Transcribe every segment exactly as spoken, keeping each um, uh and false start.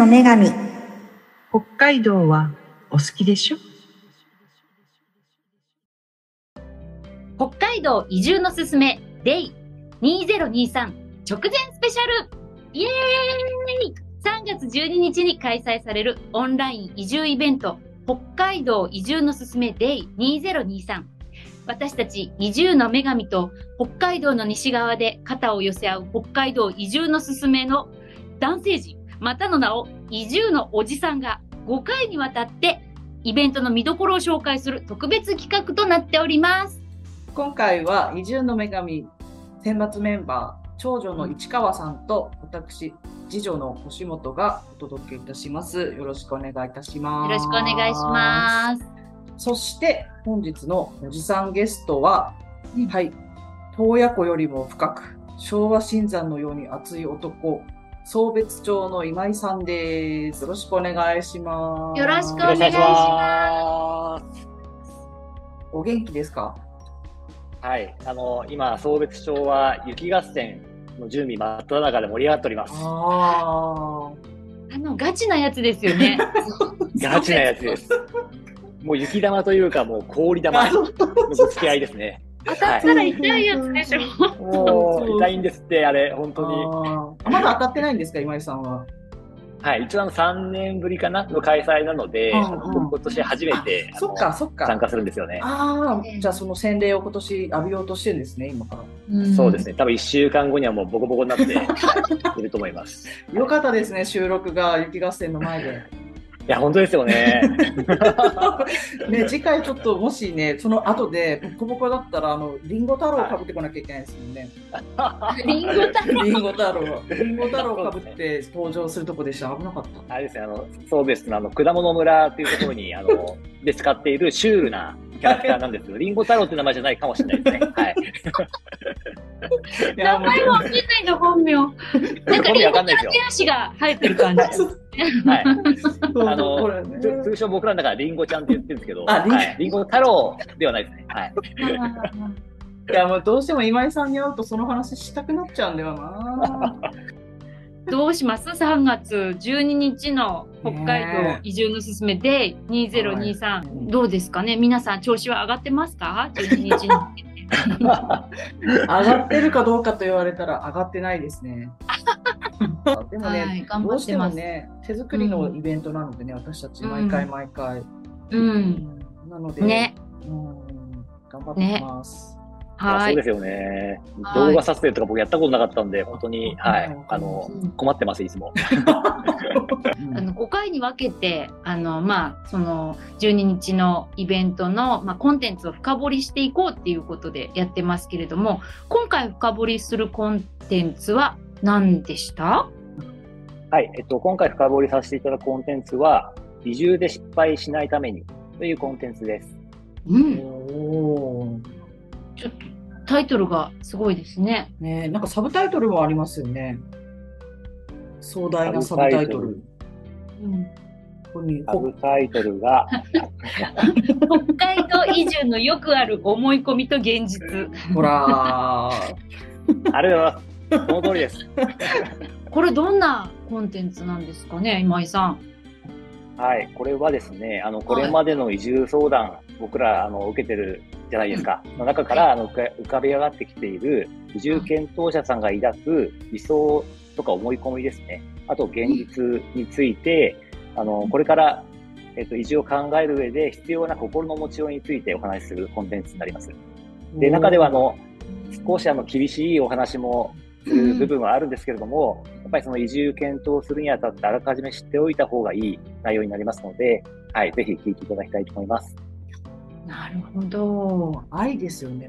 の女神。 北海道はお好きでしょ？ 北海道移住のすすめ デイにせんにじゅうさん 直前スペシャルイエーイ !さんがつじゅうににちに開催されるオンライン移住イベント北海道移住のすすめ デイにせんにじゅうさん。私たち移住の女神と北海道の西側で肩を寄せ合う北海道移住のすすめの男性陣、またの名を移住のおじさんがごかいにわたってイベントの見どころを紹介する特別企画となっております。 今回は移住の女神選抜メンバー長女の市川さんと私次女の星本がお届けいたします。よろしくお願いいたします。 よろしくお願いします。 そして本日のおじさんゲストは、 うん、 はい洞爺湖よりも深く昭和新山のように熱い男壮別町の今井さんです。よろしくお願いします。 よろしくお願いします。 お元気ですか？ はい、あの今壮別町は雪合戦の準備真っ只中で盛り上がっております。 ああのガチなやつですよね。 ガチなやつです。もう雪玉というかもう氷玉のぶつけ合いですね。 当たったら痛いやつでしょ。 はい、もう痛いんですってあれ本当に。 あまだ当たってないんですか今井さんは？ はい、一応さんねんぶりかなの開催なので、うんうん、今年初めてそっかそっか参加するんですよね。 ああ、じゃあその洗礼を今年浴びようとしてるんですね今から。 うん、そうですね。多分いっしゅうかんごにはもうボコボコになっていると思います。 よかったですね収録が雪合戦の前で。 いや本当ですよね。 ね次回ちょっともしねその後でボコボコだったらあのリンゴ太郎をかぶってこなきゃいけないですもんね。 リンゴ太郎。 リンゴ太郎。リンゴ太郎をかぶって登場するとこでした。危なかった。 あれですねあのそうですねあの果物村っていうところにあので使っているシュールなキャラクターなんですけど、リンゴ太郎って名前じゃないかもしれないですね。はい。 名前は見ないの本名。なんかリンゴから手足が生えてる感じ。はい。あの、ね、通称僕らの中でリンゴちゃんって言ってるんですけど、はい、リンゴ太郎ではないですね。はい。 いやもうどうしても今井さんに会うとその話したくなっちゃうんだよな。 どうします？ さんがつじゅうににちの北海道移住のすすめ デイにせんにじゅうさん、はい、どうですかね？皆さん調子は上がってますか？じゅうににちに上がってるかどうかと言われたら上がってないですね。でもね、はい、どうしてもね手作りのイベントなのでね、うん、私たち毎回毎回、 うんうん、 なので、 ね、 うん、頑張ってます。ねはい、そうですよね。動画撮影とか僕やったことなかったんで、本当に、はい、あの、困ってます、いつも。 あのごかいに分けて、あの、まあ、その、じゅうににちのイベントの、まあ、コンテンツを深掘りしていこうっていうことでやってますけれども、今回深掘りするコンテンツは何でした？ はい、えっと、今回深掘りさせていただくコンテンツは、移住で失敗しないためにというコンテンツです。 うん。おー。ちょっとタイトルがすごいですね。 ね、なんかサブタイトルもありますよね。壮大なサブタイトル。 うん、ここにサブタイトルが北海道移住のよくある思い込みと現実。 ほらー。ありがとうございます。その通りです。 これどんなコンテンツなんですかね、今井さん。 はい、これはですね、あのこれまでの移住相談、はい、僕らあの受けてるじゃないですか、うん、の中からあの浮かび上がってきている移住検討者さんが抱く理想とか思い込みですね。あと現実について、あのこれから、えっと、移住を考える上で必要な心の持ちようについてお話しするコンテンツになります。で、中ではあの少しあの厳しいお話もする部分はあるんですけれども、やっぱりその移住検討するにあたってあらかじめ知っておいた方がいい内容になりますので、はい、ぜひ聞いていただきたいと思います。 なるほど。 愛ですよね。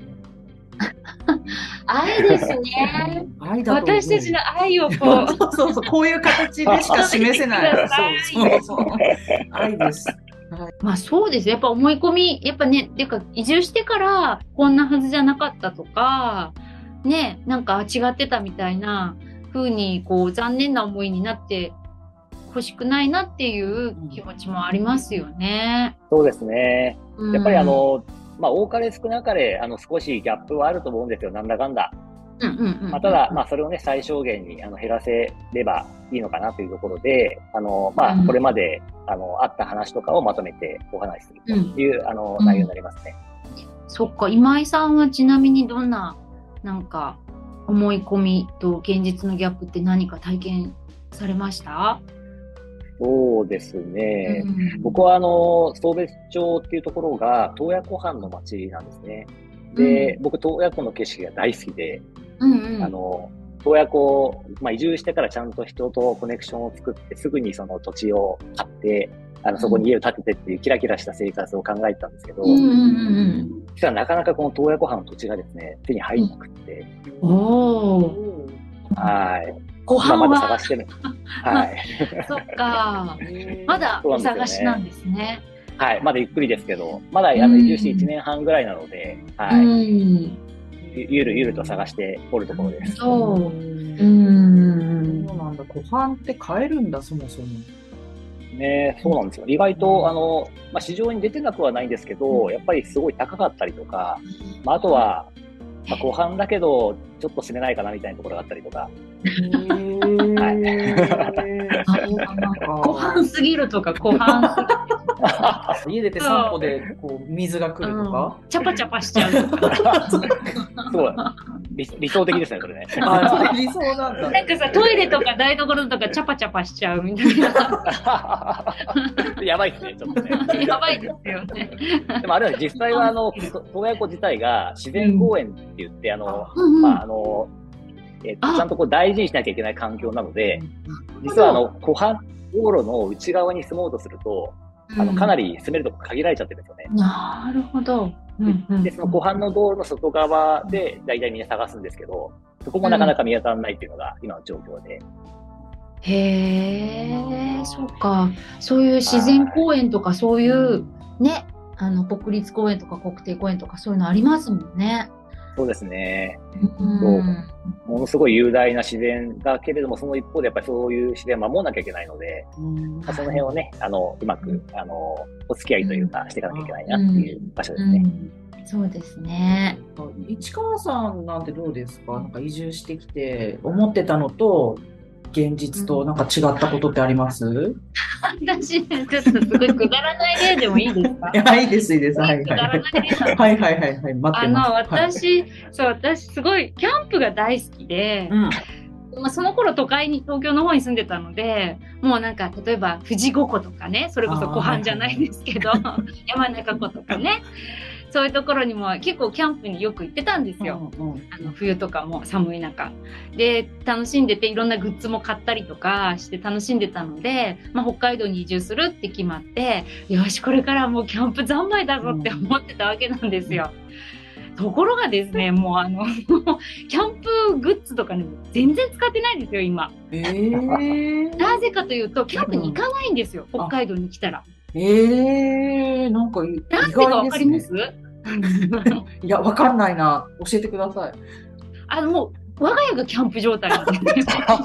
愛ですね。 愛だと私たちの愛をこう。 そうそうそう、こういう形でしか示せない。そうそうそう。愛です。 はい、まあそうです。やっぱ思い込み、やっぱね、っていうか移住してからこんなはずじゃなかったとか、ね、なんか違ってたみたいな風にこう残念な思いになって欲しくないなっていう気持ちもありますよね。 そうですね。やっぱりあの、まあ多かれ少なかれあの少しギャップはあると思うんですよ。なんだかんだ。 うんうんうん、 まあ、ただ、まあ、それをね、最小限にあの減らせればいいのかなというところで、あの、まあ、これまで、あの、あった話とかをまとめてお話しするという、うん、あの、内容になりますね。 うん、そっか、今井さんはちなみにどんな、なんか、思い込みと現実のギャップって何か体験されました？ そうですね。うん、僕は、あの、壮別町っていうところが、洞爺湖畔の町なんですね。で、うん、僕、洞爺湖の景色が大好きで、うんうん、あの、洞爺湖、まあ、移住してからちゃんと人とコネクションを作って、すぐにその土地を買って、あの、そこに家を建ててっていうキラキラした生活を考えてたんですけど、うんうんうん、実はなかなかこの洞爺湖畔の土地がですね、手に入らなくって。 うん、おー。はい。 湖畔はまだ探してる。はい。 そっか。まだお探しなんですね。 はい。まだゆっくりですけど、まだあの移住していちねんはんぐらいなので、はい。うんゆるゆると探しておるところです。 そう。うーん。そうなんだ。湖畔って買えるんだ、そもそも。 ね、そうなんですよ。意外と、あの、まあ、市場に出てなくはないんですけど、やっぱりすごい高かったりとか、まあ、あとは、まあ、湖畔だけど、ちょっと住めないかなみたいなところがあったりとか。 へー。はい。湖畔すぎるとか、湖畔すぎる。 家出て散歩でこう水が来るとか、 うん、チャパチャパしちゃうとか。 そう理, 理想的ですね、それね。 あ、それ理想なんだ。 なんかさ、トイレとか台所とかチャパチャパしちゃうみたいな。 やばいですね、ちょっとね。 やばいですよね。 でもあれは実際は、あの、洞爺湖自体が自然公園って言って、あの、うん、まあ、あの、えっと、ちゃんとこう大事にしなきゃいけない環境なので、実はあの、湖畔道路の内側に住もうとすると、あの、かなり住めるとこ限られちゃってるんですよね。 なるほど。 うんうん、で、その湖畔の道路の外側で大体みんな探すんですけど、そこもなかなか見当たらないっていうのが今の状況で。 へえ、そうか。そういう自然公園とかそういうね、あの国立公園とか国定公園とかそういうのありますもんね。 そうですね。 うん、 そうものすごい雄大な自然だけれども、その一方でやっぱりそういう自然を守らなきゃいけないので、うんまあ、その辺をね、あの、うまく、あの、お付き合いというかしていかなきゃいけないなっていう場所ですね。うんうん、そうですね。 市川さんなんてどうですか？なんか移住してきて思ってたのと現実となんか違ったことってあります？うん、 私、ちょっとすごいくだらない例でもいいですか？ いや、いいです、いいです。はい、はい。 くだらない例はい、はい、はい、はい。待ってます。 あの、私、はい、そう、私、すごい、キャンプが大好きで、うんまあ、その頃都会に、東京の方に住んでたので、もうなんか、例えば、富士五湖とかね、それこそ湖畔じゃないですけど、山中湖とかね、そういうところにも結構キャンプによく行ってたんですよ。うんうん、あの冬とかも寒い中。で、楽しんでていろんなグッズも買ったりとかして楽しんでたので、まあ、北海道に移住するって決まって、よし、これからもうキャンプ三昧だぞって思ってたわけなんですよ。うん、ところがですね、もうあの、キャンプグッズとかね、全然使ってないんですよ、今。 えー、 なぜかというと、キャンプに行かないんですよ、うん、北海道に来たら。 えー、なんか意外ですね。 なんでかわかります？ いや、わかんないな。教えてください。 あの、もう、我が家がキャンプ状態なんですね。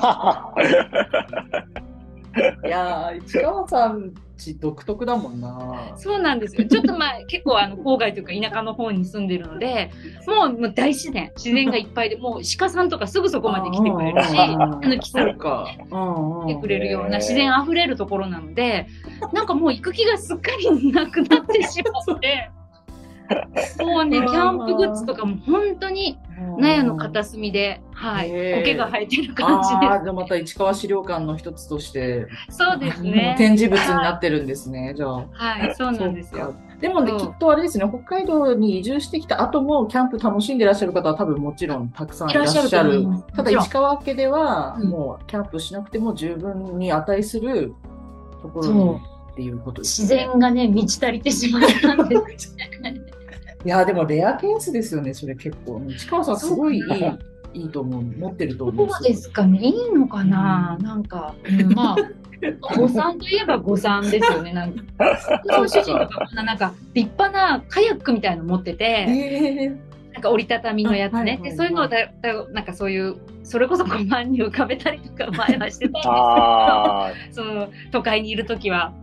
いやー、市川さんち独特だもんな。 そうなんですよ。ちょっとまあ、結構あの、郊外というか田舎の方に住んでるので、もうもう大自然、自然がいっぱいで、もう鹿さんとかすぐそこまで来てくれるし、あの木さんとか来てくれるような自然あふれるところなので、なんかもう行く気がすっかりなくなってしまって、もうね、キャンプグッズとかも本当に納屋の片隅で、はい、苔が生えてる感じです。 ああ、じゃあまた市川資料館の一つとして、 そうですね。 展示物になってるんですね、じゃあ。 はい、そうなんですよ。 でもね、きっとあれですね、北海道に移住してきた後もキャンプ楽しんでいらっしゃる方は多分もちろんたくさんいらっしゃる。ただ市川家では、もうキャンプしなくても十分に値するところにっていうことですね。自然がね、満ち足りてしまったんですいやでもレアケースですよね、それ結構。市川さんすごいいい、いいと思う。持ってると思う。 そうですかね、いいのかな、うん、なんか、うん、まあ、誤算といえば誤算ですよね、なんか。ご主人とかこんななんか立派なカヤックみたいなの持ってて、えー、なんか折りたたみのやつね。はいはいはい、で、そういうのをだだ、なんかそういう、それこそ湖岸に浮かべたりとか前はしてたんですけど、その都会にいるときは。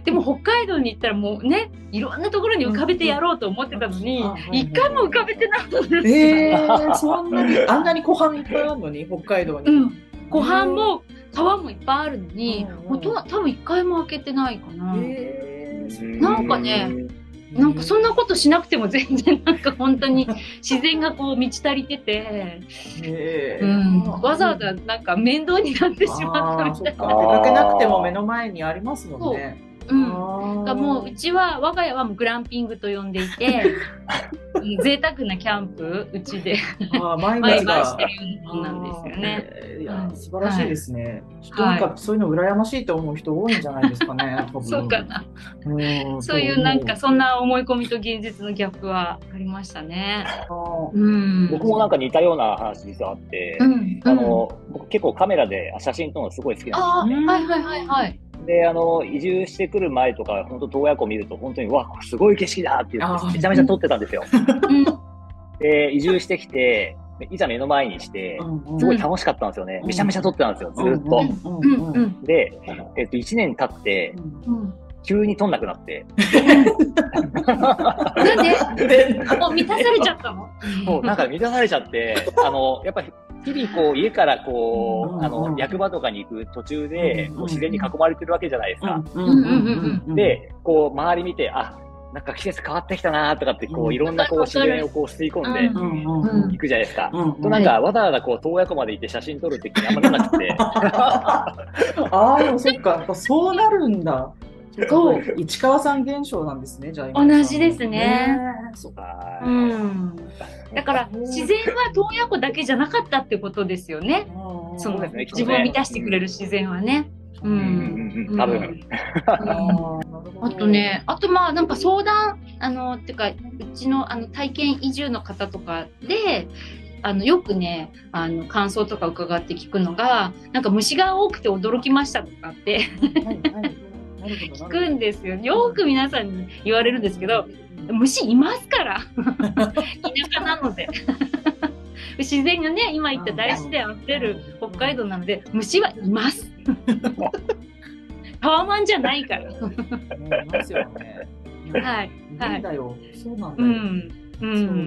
でも北海道に行ったらもうね、いろんなところに浮かべてやろうと思ってたのに、一回も浮かべてないんですよ。 えー、そんなに、あんなに湖畔いっぱいあるのに、北海道に。 うん、湖畔も川もいっぱいあるのに、本当は多分一回も開けてないかな。 えー、 なんかね、なんかそんなことしなくても全然なんか本当に自然がこう満ち足りてて、 えーうん、わざわざなんか面倒になってしまったみたいな。 出かけなくても目の前にありますもんね。 うん、がもううちは我が家はもうグランピングと呼んでいて贅沢なキャンプうちで毎日がしてるようなんですよね。 いや素晴らしいですね。なんかそういうの羨ましいと思う人多いんじゃないですかね。 そうかな。そういうなんかそんな思い込みと現実のギャップはありましたね。 うん、僕もなんか似たような話実はあって、うん、あの僕結構カメラで写真撮るのすごい好きなんですよね。 はいはいはいはい。 で、あの、移住してくる前とか、本当洞爺湖見ると、本当に、うわ、すごい景色だって言って、めちゃめちゃ撮ってたんですよ。で、移住してきて、いざ目の前にして、すごい楽しかったんですよね。めちゃめちゃ撮ってたんですよ、ずっと。で、えっと、いちねん経って、急に撮んなくなって。 なんでもう満たされちゃったの？ もうなんか満たされちゃって、あの、やっぱり、日々こう家からこう、あの、役場とかに行く途中で、こう自然に囲まれてるわけじゃないですか。で、こう周り見て、あ、なんか季節変わってきたなとかって、こういろんなこう自然をこう吸い込んで行くじゃないですか。となんかわざわざこう洞爺湖まで行って写真撮るって気にあんまりなくて。 ああ、でもそっか、やっぱそうなるんだ。そう、市川さん現象なんですね、じゃあ同じですね。 そうか。 うん。だから自然は洞爺湖だけじゃなかったってことですよね。そうですね。自分を満たしてくれる自然はね。うん。 多分。 あとね、あとまあなんか相談あのってかうちのあの体験移住の方とかで。あのよくねあの感想とか伺って聞くのがなんか虫が多くて驚きましたとかって聞くんですよ。よく皆さんに言われるんですけど虫いますから田舎なので自然がね今言った大自然あふれる北海道なので虫はいますタワマンじゃないからいますよね。 はいはい。 だよ。そうなんだよ。うんうん。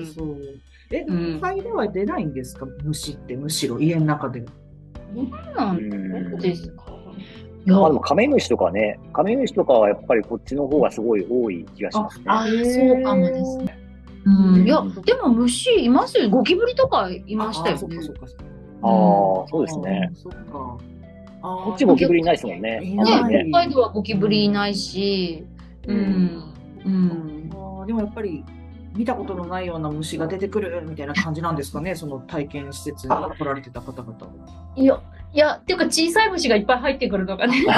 そうそう。え、都会では出ないんですか、虫って、むしろ家の中で。 そうなんですか。 いや、でもカメムシとかね、カメムシとかはやっぱりこっちの方がすごい多い気がしますね。 あ、あそうかもですね。うん、いや、でも虫いますよ。ゴキブリとかいましたよね。 ああ、そうですね。 そっか。 こっちゴキブリいないですもんね。 ね、北海道はゴキブリいないし。うん。うん。 でもやっぱり。見たことのないような虫が出てくるみたいな感じなんですかね、その体験施設に来られてた方々。 いや、いや、っていうか小さい虫がいっぱい入ってくるとかね。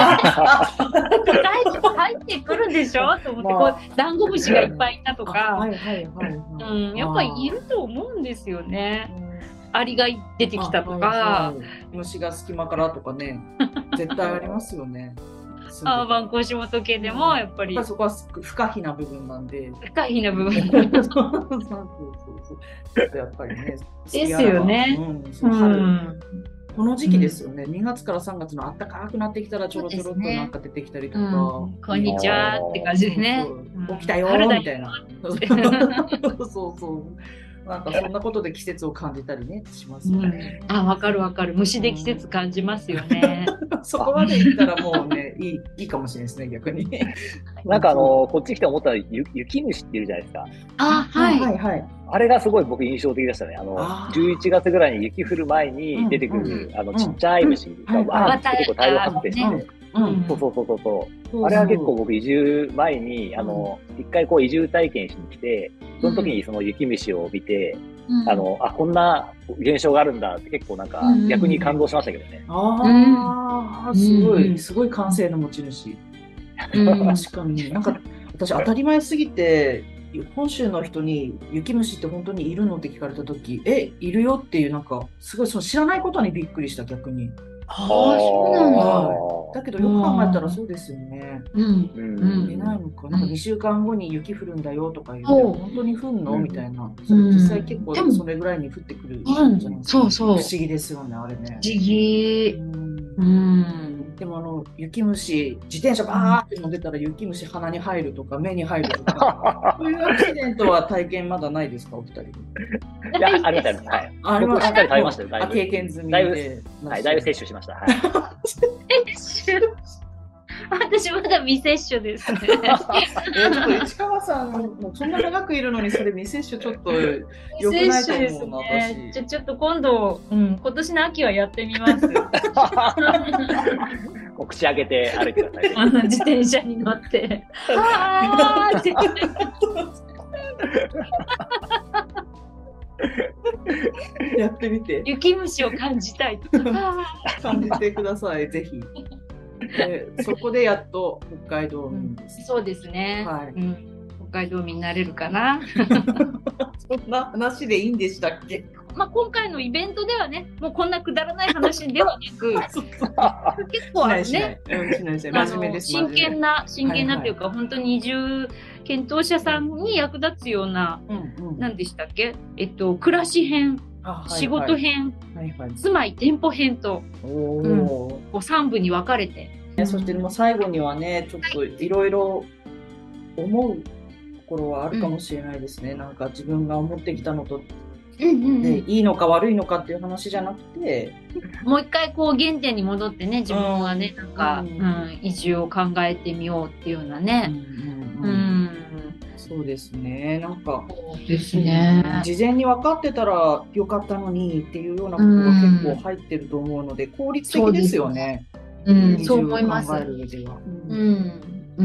入ってくるでしょと思って、まあ、こうダンゴムシがいっぱいいたとか、やっぱりいると思うんですよね。アリが出てきたとか、はいはい、 虫が隙間からとかね、絶対ありますよね。 アーバン腰元系でもやっぱり、 やっぱそこは不可避な部分なんで。 不可避な部分。 そうそうそうやっぱりね。 ですよね。 うん、そう春、この時期ですよね。にがつからさんがつの暖かくなってきたらちょろちょろっとなんか出てきたりとか。 こんにちはって感じでね。 起きたよみたいな。そうそう。なんかそんなことで季節を感じたりねしますよね。 あ、わかるわかる。虫で季節感じますよね。 そこまで行ったらもうね、いい、いいかもしれないですね、逆に。 なんかあの、こっち来て思ったら、ゆ雪虫っているじゃないですか。 あ、はい。 はいはい。 あれがすごい僕印象的でしたね。あの、じゅういちがつぐらいに雪降る前に出てくる、あの、ちっちゃい虫がわーって結構大量発生して、そうそうそうそう。あれは結構僕移住前に、あの、一回こう移住体験しに来て、その時にその雪虫を見て、あの、あ、こんな現象があるんだって結構なんか逆に感動しましたけどね。 ああ、すごい、すごい感性の持ち主。確かに。なんか、私当たり前すぎて、本州の人に雪虫って本当にいるのって聞かれた時、え、いるよっていうなんか、すごいその知らないことにびっくりした、逆に。 ああ、そうなんだ。 だけどよく考えたらそうですよね。うん。いないのか。なんかにしゅうかんごに雪降るんだよとか言って、本当に降んのみたいな。実際結構それぐらいに降ってくるじゃないですか。 そうそう。 不思議ですよね、あれね。 不思議。うん。 でもあの雪虫、自転車バーって乗ってたら雪虫鼻に入るとか目に入るとか、そういうアクシデントは体験まだないですか、お二人。 いや、ありました、はい。 ありま僕しっかり食べましたよ、だいあ、 ぶ。 経験済みだいぶで。 はい、だいぶ摂取しました。はい。 私まだ未接種ですね。 えー、ちょっと市川さんもそんな長くいるのにそれ未接種ちょっと良くないと思うな、 ね、 私。 ちょちょっと今度、うん、今年の秋はやってみます。 お口開けて歩いてください。 あの自転車に乗って。あーって。 やってみて。 雪虫を感じたい。 感じてください、ぜひ。でそこでやっと北海道民です、 うん、そうですね、 はい、 うん、北海道民になれるかな。 そんな話でいいんでしたっけ。 まあ今回のイベントではね、もうこんなくだらない話ではなく結構あるね、 真面目です。 真剣な真剣なっていうか、はいはい、本当に移住検討者さんに役立つような、うんうん、何でしたっけ、えっと暮らし編、はいはい、仕事編、はいはい、住まい店舗編と、うん、こうさん部に分かれて、 うん、そしてもう最後にはね、ちょっといろいろ思うところはあるかもしれないですね、うん、なんか自分が思ってきたのと、うんうんうん、でいいのか悪いのかっていう話じゃなくて、 もう一回こう原点に戻ってね、自分はね、うん、なんか、うん、移住を考えてみようっていうようなね、うんうんうん、 そうですね、なんかですね、 事前に分かってたらよかったのにっていうようなことが結構入ってると思うので、うん、効率的ですよね。 うん、そう思います。 うん、 うん、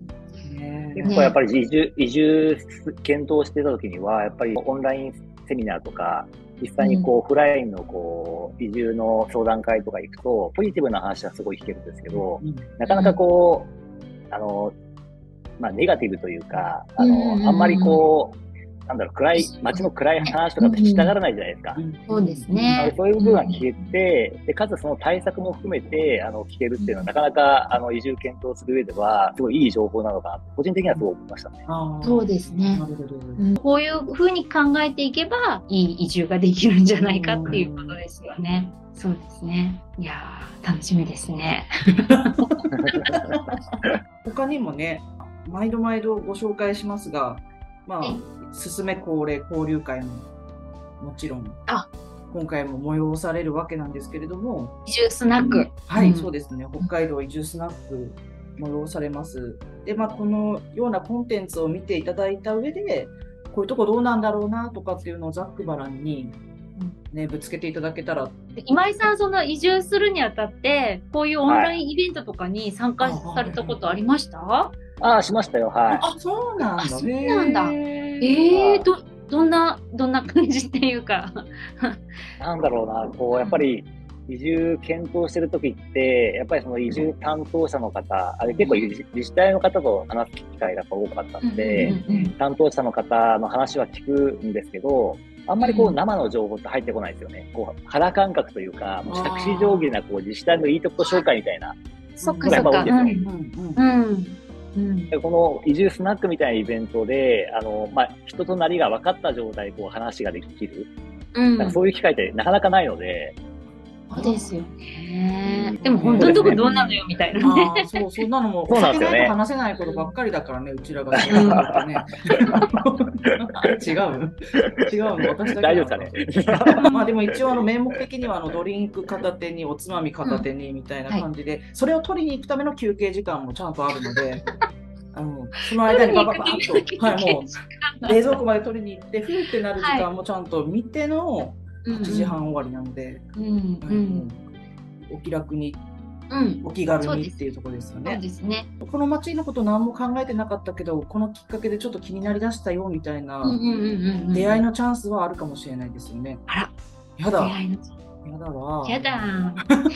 ね、結構やっぱり移住、移住検討してた時には、やっぱりオンラインセミナーとか、実際にこう、オフラインのこう、移住の相談会とか行くと、ポジティブな話はすごい聞けるんですけど、うん、なかなかこう、あの、まあ、ネガティブというか、あの、うん、あんまりこう、なんだろう、暗い、街の暗い話とかってしたがらないじゃないですか。 うん、そうですね。 そういう部分が聞けて、で、かつその対策も含めて、あの、聞けるっていうのは、なかなか、あの、移住検討する上では、すごいいい情報なのかなと、個人的にはすごい思いましたね。 そうですね。うん、こういうふうに考えていけば、いい移住ができるんじゃないかっていうことですよね。そうですね。いやー、楽しみですね。 他にもね、毎度毎度ご紹介しますが、まあ、すすめ恒例交流会ももちろん今回も催されるわけなんですけれども、 移住スナック、 はい、うん、そうですね、北海道移住スナック催されます。で、まあ、このようなコンテンツを見ていただいた上で、こういうとこどうなんだろうなとかっていうのをざっくばらんに、ね、ぶつけていただけたら。 今井さん、その移住するにあたってこういうオンラインイベントとかに参加されたことありました？ はい、ああ、しましたよ。はい。 あ、そうなんだ。 そうなんだ。ええー、どどんなどんな感じっていうかなんだろうな、こうやっぱり移住検討してる時ってやっぱりその移住担当者の方、あれ結構自治体の方と話す機会が多かったので、うんうんうん、担当者の方の話は聞くんですけど、あんまりこう生の情報って入ってこないですよね。こう肌感覚というか、もう杓子定規なこう自治体のいいとこ紹介みたいなそっかそっか、 うん、この移住スナックみたいなイベントで、あの、まあ、人となりが分かった状態でこう話ができる、うん、なんかそういう機会ってなかなかないので。 そうですよね。でも本当のとこどうなのよみたいなね。 あ、そう、そんなのも、 そうなんですよね。 話せないことばっかりだからね、うちらが。ね、違う違うの私だけ。 大丈夫ですかね。 まあでも一応あの名目的にはあのドリンク片手におつまみ片手にみたいな感じで、うん、はい、それを取りに行くための休憩時間もちゃんとあるので、あのその間にバババッと、はい、もう冷蔵庫まで取りに行って、ふーってなる時間もちゃんと見ての、はい、はちじはん終わりなので、うんうん、お気楽に、うん、お気軽にっていうところですよね。 そうですね。 この街のこと何も考えてなかったけど、このきっかけでちょっと気になりだしたよみたいな出会いのチャンスはあるかもしれないですよね。 あら、 やだ。 出会いのやだわ。 やだ。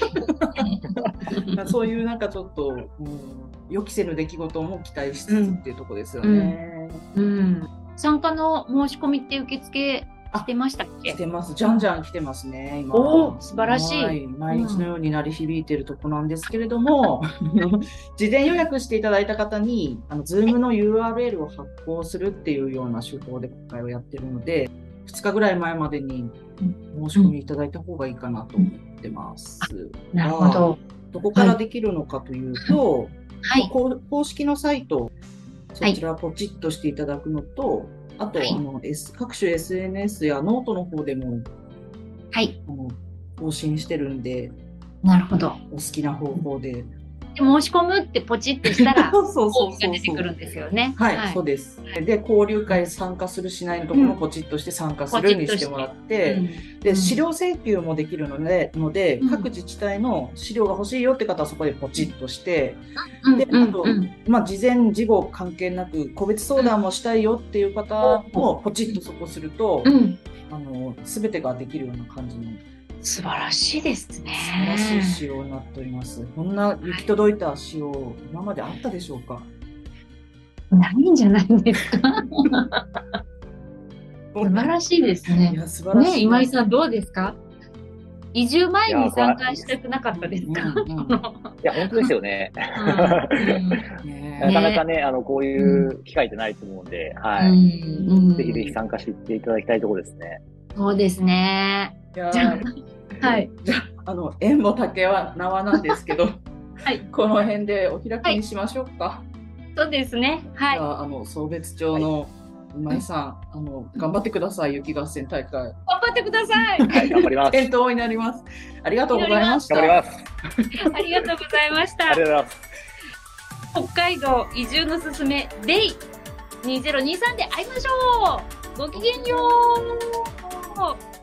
そういうなんかちょっと、うん、予期せぬ出来事も期待しつつっていうところですよね。 うんうんうん、参加の申し込みって受付してましたっけ？ してます。じゃんじゃん来てますね、今。 おー、素晴らしい。 はい、毎日のように鳴り響いているとこなんですけれども、うん、事前予約していただいた方に、あの、Zoom の ユーアールエル を発行するっていうような手法で今回はやってるので、ふつかぐらい前までに申し込みいただいた方がいいかなと思ってます。 うん、なるほど。 どこからできるのかというと、 はい。 公公式のサイト、そちらポチッとしていただくのと、あと、 はいあの、S、各種 エスエヌエス やノートの方でも、 はい。 あの更新してるんで、 なるほど。 お好きな方法で。 で申し込むってポチってしたら、 そうそうそうフォームが出てくるんですよね。 はい、 はいそうです。で、交流会参加するしないのところもポチッとして参加するにしてもらって、 うんで、資料請求もできるので、ので、 うん各自治体の資料が欲しいよって方はそこでポチッとして、で、 うんうんあと、 うんまあ、事前事後関係なく、個別相談もしたいよっていう方もポチッとそこすると、 うんあの、すべてができるような感じの、 素晴らしいですね。 素晴らしい仕様になっております。こんな行き届いた仕様、今まであったでしょうか？ ないんじゃないんですか？素晴らしいですいね。 や、素晴らしい。 ね、今井さんどうですか？移住前に参加したくなかったですか？ うんうんいや、本当ですよね。 ねなかなかね、あの、こういう機会ってないと思うんで、はうんい。 うんぜひぜひ参加していただきたいところですね。 そうですね。 いやじゃあはい。 じゃあ、あの、縁も竹は縄なんですけど、 はい。 この辺でお開きにしましょうか。 そうですね。はい。 じゃあ、あの、送別町の今井さん、あの、頑張ってください、雪合戦大会。 頑張ってください。 はい、頑張ります。 健闘になります。ありがとうございました。 頑張ります。 ありがとうございましたありがとうございます。 北海道移住のすすめデイにせんにじゅうさんで会いましょう。ごきげんよう。